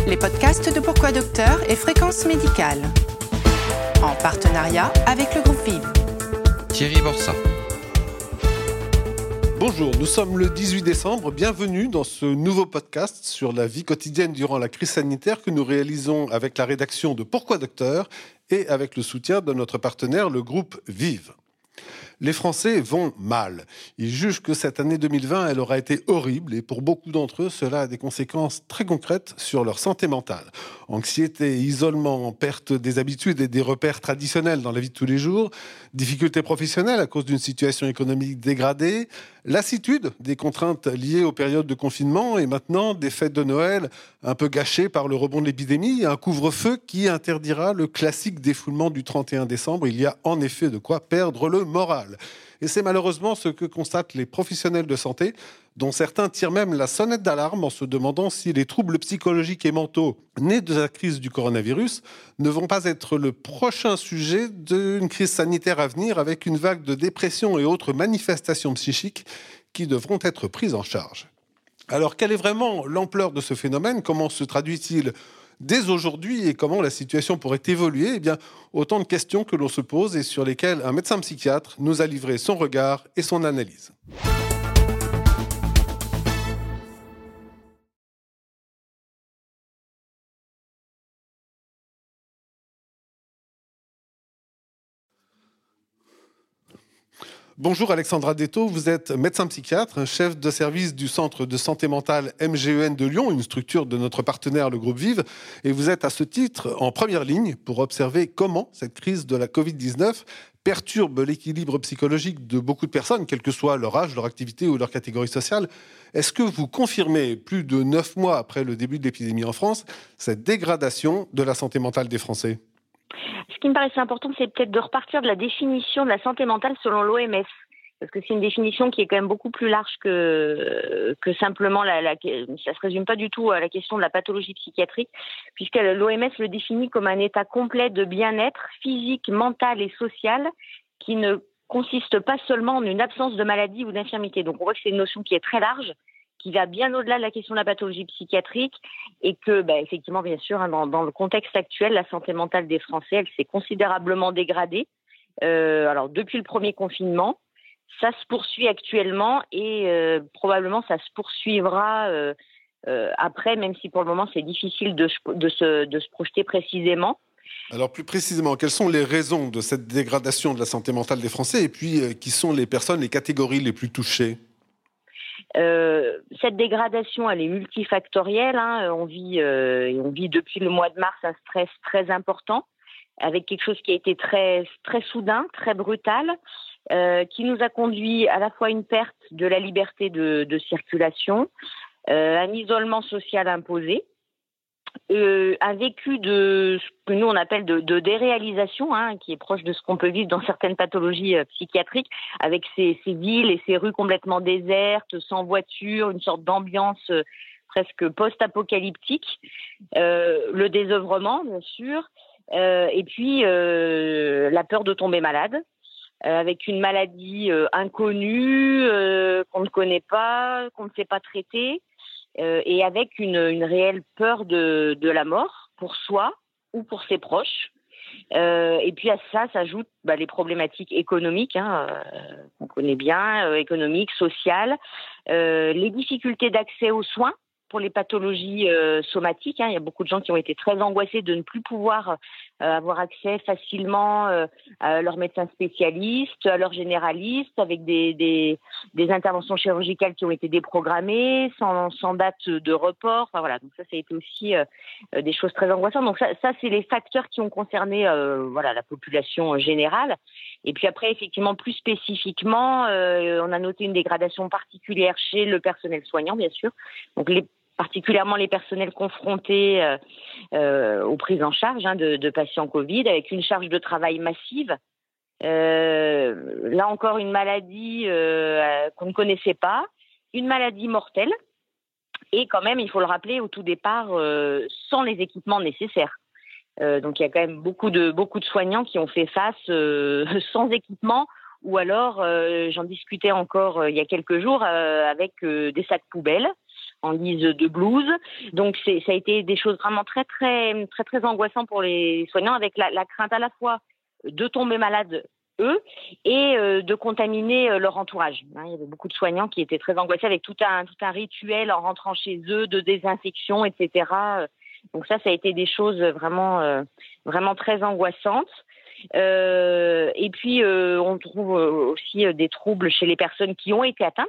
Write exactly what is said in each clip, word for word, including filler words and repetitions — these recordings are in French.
les podcasts de Pourquoi Docteur et Fréquence Médicale. En partenariat avec le groupe Vive. Thierry Borsa. Bonjour, nous sommes le dix-huit décembre. Bienvenue dans ce nouveau podcast sur la vie quotidienne durant la crise sanitaire que nous réalisons avec la rédaction de Pourquoi Docteur et avec le soutien de notre partenaire, le groupe Vive. Les Français vont mal. Ils jugent que cette année deux mille vingt, elle aura été horrible et pour beaucoup d'entre eux, cela a des conséquences très concrètes sur leur santé mentale. Anxiété, isolement, perte des habitudes et des repères traditionnels dans la vie de tous les jours, difficultés professionnelles à cause d'une situation économique dégradée, lassitude des contraintes liées aux périodes de confinement et maintenant des fêtes de Noël un peu gâchées par le rebond de l'épidémie, un couvre-feu qui interdira le classique défoulement du trente et un décembre. Il y a en effet de quoi perdre le moral. Et c'est malheureusement ce que constatent les professionnels de santé, dont certains tirent même la sonnette d'alarme en se demandant si les troubles psychologiques et mentaux nés de la crise du coronavirus ne vont pas être le prochain sujet d'une crise sanitaire à venir avec une vague de dépression et autres manifestations psychiques qui devront être prises en charge. Alors, quelle est vraiment l'ampleur de ce phénomène ? Comment se traduit-il dès aujourd'hui et comment la situation pourrait évoluer ? Eh bien, autant de questions que l'on se pose et sur lesquelles un médecin psychiatre nous a livré son regard et son analyse. Bonjour Alexandra Detto, vous êtes médecin psychiatre, chef de service du centre de santé mentale M G E N de Lyon, une structure de notre partenaire, le groupe Vive, et vous êtes à ce titre en première ligne pour observer comment cette crise de la covid dix-neuf perturbe l'équilibre psychologique de beaucoup de personnes, quel que soit leur âge, leur activité ou leur catégorie sociale. Est-ce que vous confirmez, plus de neuf mois après le début de l'épidémie en France, cette dégradation de la santé mentale des Français ? Ce qui me paraissait important, c'est peut-être de repartir de la définition de la santé mentale selon l'O M S. Parce que c'est une définition qui est quand même beaucoup plus large que, que simplement la, la, ça se résume pas du tout à la question de la pathologie psychiatrique, puisque l'O M S le définit comme un état complet de bien-être physique, mental et social qui ne consiste pas seulement en une absence de maladie ou d'infirmité. Donc on voit que c'est une notion qui est très large, qui va bien au-delà de la question de la pathologie psychiatrique et que, bah, effectivement, bien sûr, hein, dans, dans le contexte actuel, la santé mentale des Français, elle s'est considérablement dégradée. Euh, alors, depuis le premier confinement, ça se poursuit actuellement et euh, probablement ça se poursuivra euh, euh, après, même si pour le moment, c'est difficile de, de, se, de se projeter précisément. Alors plus précisément, quelles sont les raisons de cette dégradation de la santé mentale des Français et puis euh, qui sont les personnes, les catégories les plus touchées ? Euh, cette dégradation, elle est multifactorielle. Hein. On vit, euh, on vit depuis le mois de mars un stress très important, avec quelque chose qui a été très, très soudain, très brutal, euh, qui nous a conduit à la fois une perte de la liberté de, de circulation, euh, un isolement social imposé, euh, un vécu de ce que nous on appelle de, de déréalisation, hein, qui est proche de ce qu'on peut vivre dans certaines pathologies euh, psychiatriques, avec ces, ces villes et ces rues complètement désertes, sans voiture, une sorte d'ambiance euh, presque post-apocalyptique, euh, le désœuvrement bien sûr, euh, et puis euh, la peur de tomber malade, euh, avec une maladie euh, inconnue, euh, qu'on ne connaît pas, qu'on ne sait pas traiter. Euh, et avec une, une réelle peur de, de la mort pour soi ou pour ses proches. Euh, et puis à ça s'ajoutent bah, les problématiques économiques, hein, euh, qu'on connaît bien, euh, économiques, sociales, euh, les difficultés d'accès aux soins pour les pathologies euh, somatiques. Hein. Il y a beaucoup de gens qui ont été très angoissés de ne plus pouvoir euh, avoir accès facilement euh, à leurs médecins spécialistes, à leurs généralistes, avec des, des, des interventions chirurgicales qui ont été déprogrammées, sans, sans date de report. Enfin voilà, donc ça, ça a été aussi euh, des choses très angoissantes. Donc ça, ça c'est les facteurs qui ont concerné euh, voilà la population générale. Et puis après, effectivement, plus spécifiquement, euh, on a noté une dégradation particulière chez le personnel soignant, bien sûr. Donc les particulièrement les personnels confrontés euh, euh, aux prises en charge hein, de, de patients Covid, avec une charge de travail massive. Euh, là encore, une maladie euh, qu'on ne connaissait pas, une maladie mortelle, et quand même, il faut le rappeler, au tout départ, euh, sans les équipements nécessaires. Euh, donc il y a quand même beaucoup de, beaucoup de soignants qui ont fait face euh, sans équipement, ou alors, euh, j'en discutais encore euh, il y a quelques jours, euh, avec euh, des sacs poubelles, en guise de blues. Donc c'est, ça a été des choses vraiment très très très très angoissantes pour les soignants, avec la, la crainte à la fois de tomber malade eux et euh, de contaminer euh, leur entourage. Hein, il y avait beaucoup de soignants qui étaient très angoissés avec tout un tout un rituel en rentrant chez eux de désinfection, et cetera. Donc ça, ça a été des choses vraiment euh, vraiment très angoissantes. Euh, et puis euh, on trouve aussi des troubles chez les personnes qui ont été atteintes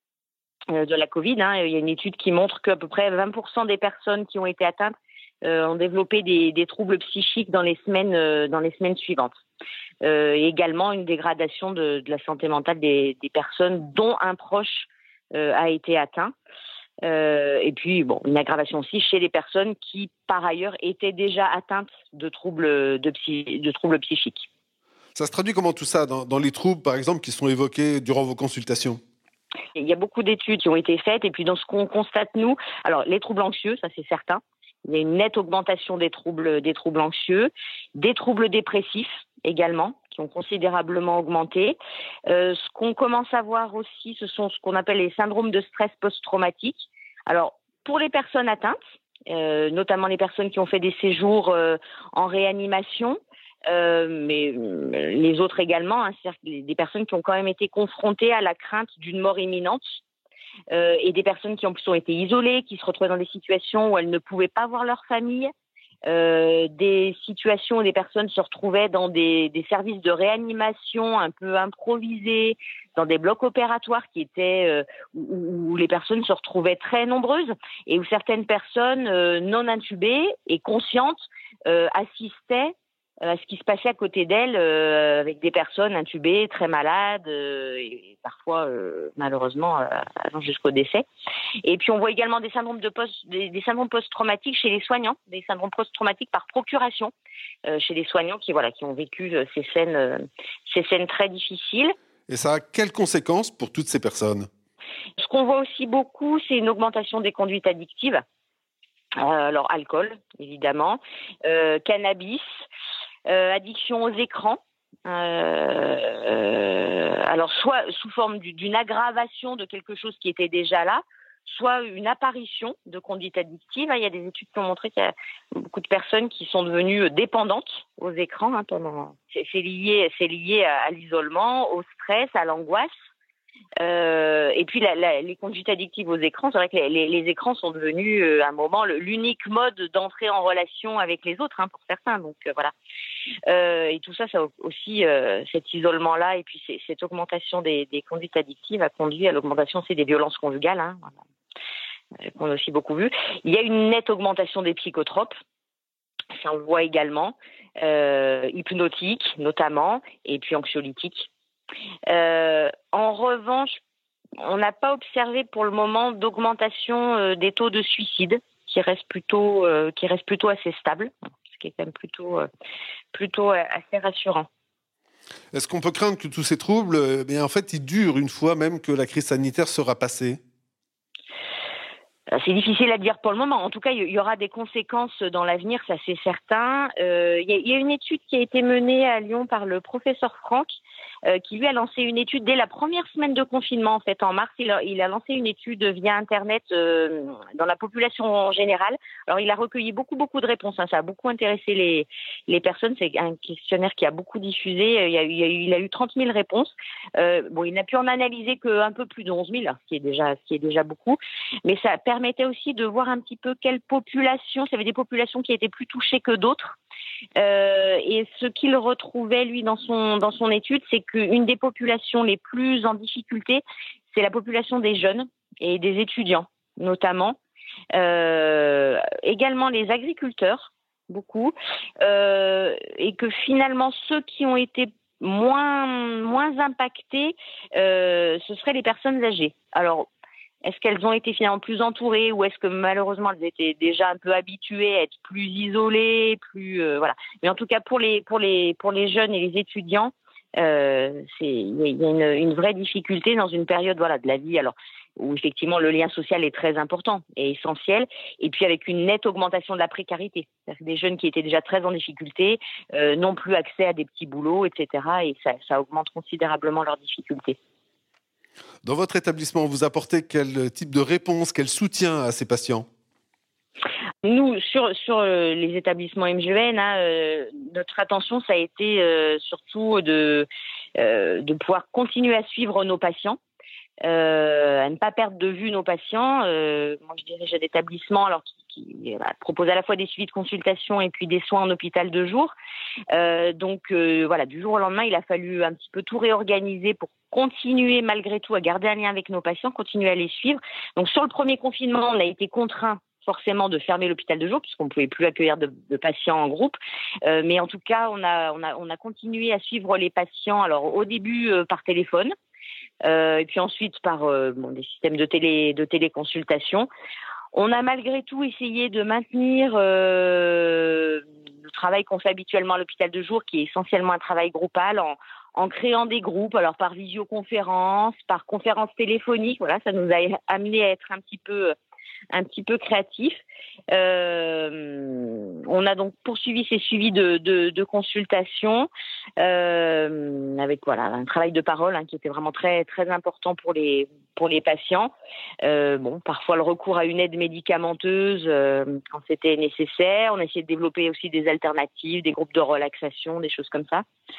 de la Covid. Hein. Il y a une étude qui montre qu'à peu près vingt pour cent des personnes qui ont été atteintes euh, ont développé des, des troubles psychiques dans les semaines, euh, dans les semaines suivantes. Euh, et également une dégradation de, de la santé mentale des, des personnes dont un proche euh, a été atteint. Euh, et puis, bon, une aggravation aussi chez les personnes qui, par ailleurs, étaient déjà atteintes de troubles, de psy, de troubles psychiques. Ça se traduit comment tout ça dans, dans les troubles, par exemple, qui sont évoqués durant vos consultations ? Il y a beaucoup d'études qui ont été faites, et puis dans ce qu'on constate, nous, alors les troubles anxieux, ça c'est certain, il y a une nette augmentation des troubles, des troubles anxieux, des troubles dépressifs également, qui ont considérablement augmenté. Euh, ce qu'on commence à voir aussi, ce sont ce qu'on appelle les syndromes de stress post-traumatique. Alors, pour les personnes atteintes, euh, notamment les personnes qui ont fait des séjours euh, en réanimation, Euh, mais euh, les autres également, hein, c'est-à-dire des personnes qui ont quand même été confrontées à la crainte d'une mort imminente, euh, et des personnes qui en plus ont été isolées, qui se retrouvaient dans des situations où elles ne pouvaient pas voir leur famille, euh, des situations où des personnes se retrouvaient dans des, des services de réanimation un peu improvisés, dans des blocs opératoires qui étaient euh, où, où les personnes se retrouvaient très nombreuses, et où certaines personnes euh, non intubées et conscientes euh, assistaient à ce qui se passait à côté d'elle, euh, avec des personnes intubées, très malades, euh, et parfois, euh, malheureusement, euh, allant jusqu'au décès. Et puis, on voit également des syndromes, de post, des, des syndromes post-traumatiques chez les soignants, des syndromes post-traumatiques par procuration euh, chez les soignants qui, voilà, qui ont vécu euh, ces scènes, euh, ces scènes très difficiles. Et ça a quelles conséquences pour toutes ces personnes ? Ce qu'on voit aussi beaucoup, c'est une augmentation des conduites addictives. Euh, alors, alcool, évidemment, euh, cannabis, euh, addiction aux écrans. Euh, alors, soit sous forme d'une aggravation de quelque chose qui était déjà là, soit une apparition de conduite addictive. Il y a des études qui ont montré qu'il y a beaucoup de personnes qui sont devenues dépendantes aux écrans. Hein, pendant... c'est, c'est lié, c'est lié à, à l'isolement, au stress, à l'angoisse. Euh, et puis la, la, les conduites addictives aux écrans, c'est vrai que les, les, les écrans sont devenus euh, à un moment le, l'unique mode d'entrer en relation avec les autres, hein, pour certains. Donc euh, voilà. Euh, et tout ça, ça aussi, euh, cet isolement-là et puis c'est, cette augmentation des, des conduites addictives a conduit à l'augmentation aussi des violences conjugales, hein, euh, qu'on a aussi beaucoup vu. Il y a une nette augmentation des psychotropes. Ça on le voit également, euh, hypnotiques notamment, et puis anxiolytiques. Euh, en revanche, on n'a pas observé pour le moment d'augmentation euh, des taux de suicide, qui reste plutôt, euh, qui reste plutôt assez stable, ce qui est quand même plutôt, euh, plutôt euh, assez rassurant. Est-ce qu'on peut craindre que tous ces troubles, eh bien, en fait, ils durent une fois même que la crise sanitaire sera passée ? C'est difficile à dire pour le moment. En tout cas, il y aura des conséquences dans l'avenir, ça c'est certain. Euh, il y a, il y a une étude qui a été menée à Lyon par le professeur Franck, euh, qui lui a lancé une étude dès la première semaine de confinement, en fait, en mars. Il a, il a lancé une étude via Internet euh, dans la population en général. Alors, il a recueilli beaucoup, beaucoup de réponses. Hein. Ça a beaucoup intéressé les, les personnes. C'est un questionnaire qui a beaucoup diffusé. Il y a, il y a, eu, il a eu trente mille réponses. Euh, bon, il n'a pu en analyser qu'un peu plus de onze mille, ce qui est déjà, ce qui est déjà beaucoup. Mais ça permettait aussi de voir un petit peu quelle population, ça avait des populations qui étaient plus touchées que d'autres. Euh, et ce qu'il retrouvait, lui, dans son, dans son étude, c'est qu'une des populations les plus en difficulté, c'est la population des jeunes et des étudiants, notamment. Euh, également les agriculteurs, beaucoup. Euh, et que finalement, ceux qui ont été moins, moins impactés, euh, ce seraient les personnes âgées. Alors, est-ce qu'elles ont été finalement plus entourées ou est-ce que malheureusement elles étaient déjà un peu habituées à être plus isolées, plus euh, voilà. Mais en tout cas pour les pour les pour les jeunes et les étudiants, euh, c'est il y a une, une vraie difficulté dans une période voilà de la vie alors où effectivement le lien social est très important et essentiel et puis avec une nette augmentation de la précarité. C'est-à-dire que des jeunes qui étaient déjà très en difficulté euh, n'ont plus accès à des petits boulots, et cetera. Et ça ça augmente considérablement leurs difficultés. Dans votre établissement, vous apportez quel type de réponse, quel soutien à ces patients ? Nous, sur, sur euh, les établissements M G E N, hein, euh, notre attention, ça a été euh, surtout de, euh, de pouvoir continuer à suivre nos patients, euh, à ne pas perdre de vue nos patients. Euh, moi, je dirige un établissement alors, qui, qui voilà, propose à la fois des suivis de consultation et puis des soins en hôpital de jour. Euh, donc, euh, voilà, du jour au lendemain, il a fallu un petit peu tout réorganiser pour continuer malgré tout à garder un lien avec nos patients, continuer à les suivre. Donc, sur le premier confinement, on a été contraints forcément de fermer l'hôpital de jour puisqu'on ne pouvait plus accueillir de, de patients en groupe. Euh, mais en tout cas, on a, on, a, on a continué à suivre les patients, alors au début euh, par téléphone, euh, et puis ensuite par euh, bon, des systèmes de, télé, de téléconsultation. On a malgré tout essayé de maintenir euh, le travail qu'on fait habituellement à l'hôpital de jour, qui est essentiellement un travail groupal, en, en créant des groupes, alors par visioconférence, par conférence téléphonique. Voilà, ça nous a amené à être un petit peu... un petit peu créatif. Euh, on a donc poursuivi ces suivis de, de, de consultation euh, avec voilà un travail de parole hein, qui était vraiment très très important pour les pour les patients. Euh, bon, parfois le recours à une aide médicamenteuse euh, quand c'était nécessaire. On a essayé de développer aussi des alternatives, des groupes de relaxation, des choses comme ça.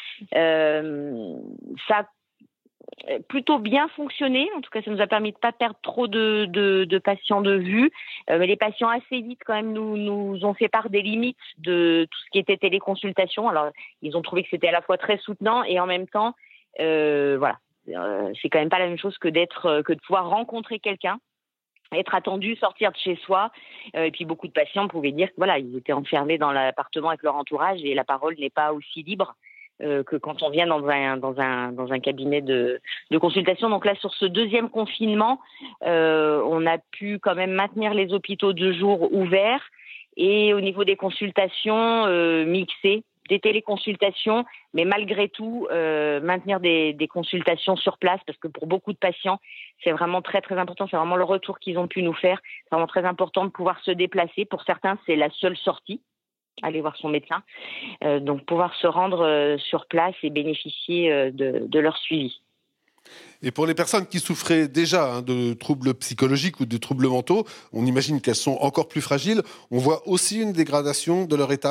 Euh, ça plutôt bien fonctionné. En tout cas, ça nous a permis de ne pas perdre trop de, de, de patients de vue. Euh, mais les patients, assez vite, quand même, nous, nous ont fait part des limites de tout ce qui était téléconsultation. Alors, ils ont trouvé que c'était à la fois très soutenant et en même temps, euh, voilà, euh, c'est quand même pas la même chose que d'être, que de pouvoir rencontrer quelqu'un, être attendu, sortir de chez soi. Euh, et puis, beaucoup de patients pouvaient dire que voilà, ils étaient enfermés dans l'appartement avec leur entourage et la parole n'est pas aussi libre Euh, que quand on vient dans un dans un dans un cabinet de de consultation. Donc là, sur ce deuxième confinement, euh, on a pu quand même maintenir les hôpitaux de jour ouverts et au niveau des consultations euh, mixées, des téléconsultations, mais malgré tout euh, maintenir des des consultations sur place parce que pour beaucoup de patients, c'est vraiment très très important. C'est vraiment le retour qu'ils ont pu nous faire. C'est vraiment très important de pouvoir se déplacer. Pour certains, c'est la seule sortie. Aller voir son médecin, euh, donc pouvoir se rendre euh, sur place et bénéficier euh, de, de leur suivi. Et pour les personnes qui souffraient déjà hein, de troubles psychologiques ou de troubles mentaux, on imagine qu'elles sont encore plus fragiles. On voit aussi une dégradation de leur état ?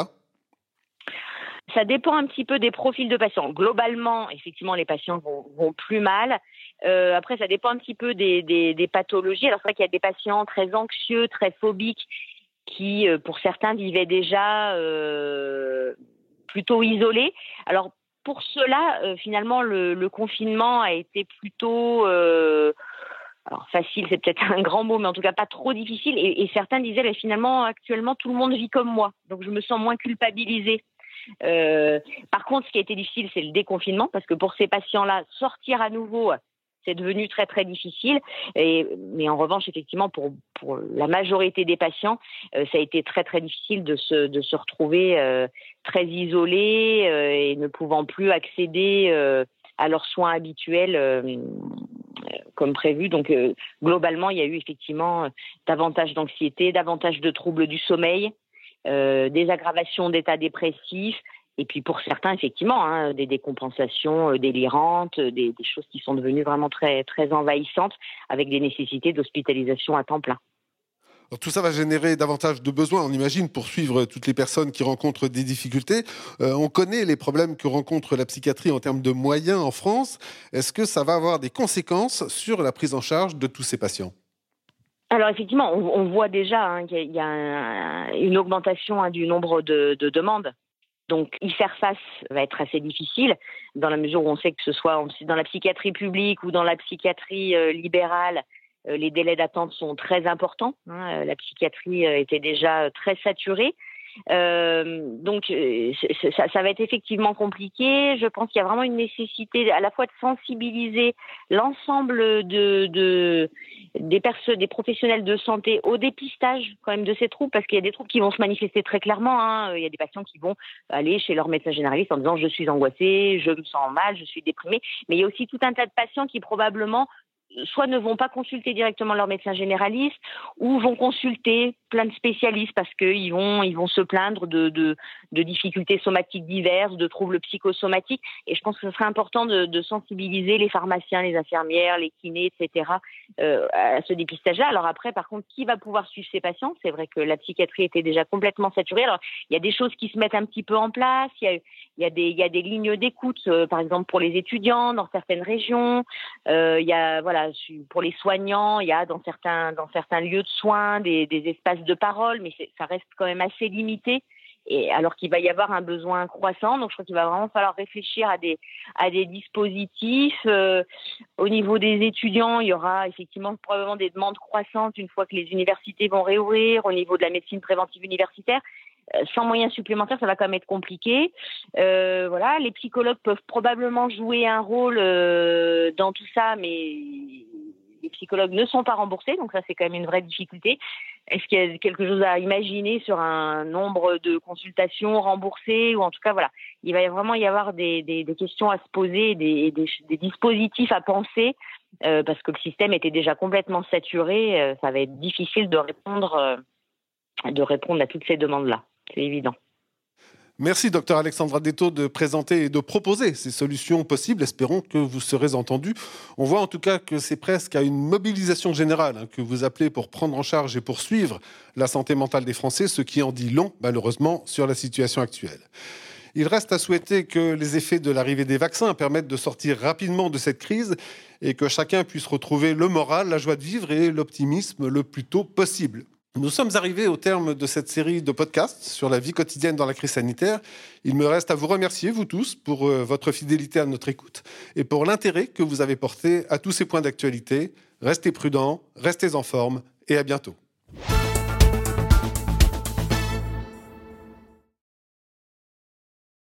Ça dépend un petit peu des profils de patients. Globalement, effectivement, les patients vont, vont plus mal. Euh, après, ça dépend un petit peu des, des, des pathologies. Alors, c'est vrai qu'il y a des patients très anxieux, très phobiques, qui, pour certains, vivaient déjà euh, plutôt isolés. Alors, pour cela, euh, finalement, le, le confinement a été plutôt... Euh, alors, facile, c'est peut-être un grand mot, mais en tout cas pas trop difficile. Et, et certains disaient, bah, finalement, actuellement, tout le monde vit comme moi. Donc, je me sens moins culpabilisée. Euh, par contre, ce qui a été difficile, c'est le déconfinement, parce que pour ces patients-là, sortir à nouveau... c'est devenu très, très difficile. Et, mais en revanche, effectivement, pour, pour la majorité des patients, euh, ça a été très, très difficile de se, de se retrouver euh, très isolés euh, et ne pouvant plus accéder euh, à leurs soins habituels euh, comme prévu. Donc, euh, globalement, il y a eu effectivement davantage d'anxiété, davantage de troubles du sommeil, euh, des aggravations d'état dépressif. Et puis pour certains, effectivement, hein, des décompensations euh, délirantes, des, des choses qui sont devenues vraiment très, très envahissantes avec des nécessités d'hospitalisation à temps plein. Alors, tout ça va générer davantage de besoins, on imagine, pour suivre toutes les personnes qui rencontrent des difficultés. Euh, on connaît les problèmes que rencontre la psychiatrie en termes de moyens en France. Est-ce que ça va avoir des conséquences sur la prise en charge de tous ces patients ? Alors effectivement, on, on voit déjà hein, qu'il y a un, une augmentation hein, du nombre de, de demandes. Donc, y faire face va être assez difficile dans la mesure où on sait que ce soit dans la psychiatrie publique ou dans la psychiatrie euh, libérale, euh, les délais d'attente sont très importants. Hein, la psychiatrie euh, était déjà très saturée. Euh, donc, c'est, ça, ça va être effectivement compliqué. Je pense qu'il y a vraiment une nécessité à la fois de sensibiliser l'ensemble de, de, des, perso- des professionnels de santé au dépistage quand même de ces troubles, parce qu'il y a des troubles qui vont se manifester très clairement. Hein. Il y a des patients qui vont aller chez leur médecin généraliste en disant « je suis angoissée, je me sens mal, je suis déprimée ». Mais il y a aussi tout un tas de patients qui probablement soit ne vont pas consulter directement leur médecin généraliste ou vont consulter plein de spécialistes parce qu'ils vont, ils vont se plaindre de, de, de difficultés somatiques diverses, de troubles psychosomatiques. Et je pense que ce serait important de, de sensibiliser les pharmaciens, les infirmières, les kinés, et cetera euh, à ce dépistage-là. Alors après, par contre, qui va pouvoir suivre ces patients ? C'est vrai que la psychiatrie était déjà complètement saturée. Alors, il y a des choses qui se mettent un petit peu en place. Il y a, il y a, des, il y a des lignes d'écoute, euh, par exemple, pour les étudiants dans certaines régions. Euh, il y a, voilà, pour les soignants, il y a dans certains, dans certains lieux de soins des, des espaces de parole, mais c'est, ça reste quand même assez limité. Et alors qu'il va y avoir un besoin croissant, donc je crois qu'il va vraiment falloir réfléchir à des à des dispositifs. Euh, au niveau des étudiants, il y aura effectivement probablement des demandes croissantes une fois que les universités vont réouvrir. Au niveau de la médecine préventive universitaire, euh, sans moyens supplémentaires, ça va quand même être compliqué. Euh, voilà, les psychologues peuvent probablement jouer un rôle euh, dans tout ça, mais les psychologues ne sont pas remboursés, donc ça c'est quand même une vraie difficulté. Est-ce qu'il y a quelque chose à imaginer sur un nombre de consultations remboursées, ou en tout cas voilà, il va vraiment y avoir des, des, des questions à se poser, des, des, des dispositifs à penser, euh, parce que le système était déjà complètement saturé. Euh, ça va être difficile de répondre, euh, de répondre à toutes ces demandes-là, c'est évident. Merci, docteur Alexandra Detto, de présenter et de proposer ces solutions possibles. Espérons que vous serez entendus. On voit en tout cas que c'est presque à une mobilisation générale hein, que vous appelez pour prendre en charge et poursuivre la santé mentale des Français, ce qui en dit long, malheureusement, sur la situation actuelle. Il reste à souhaiter que les effets de l'arrivée des vaccins permettent de sortir rapidement de cette crise et que chacun puisse retrouver le moral, la joie de vivre et l'optimisme le plus tôt possible. Nous sommes arrivés au terme de cette série de podcasts sur la vie quotidienne dans la crise sanitaire. Il me reste à vous remercier, vous tous, pour euh, votre fidélité à notre écoute et pour l'intérêt que vous avez porté à tous ces points d'actualité. Restez prudents, restez en forme et à bientôt.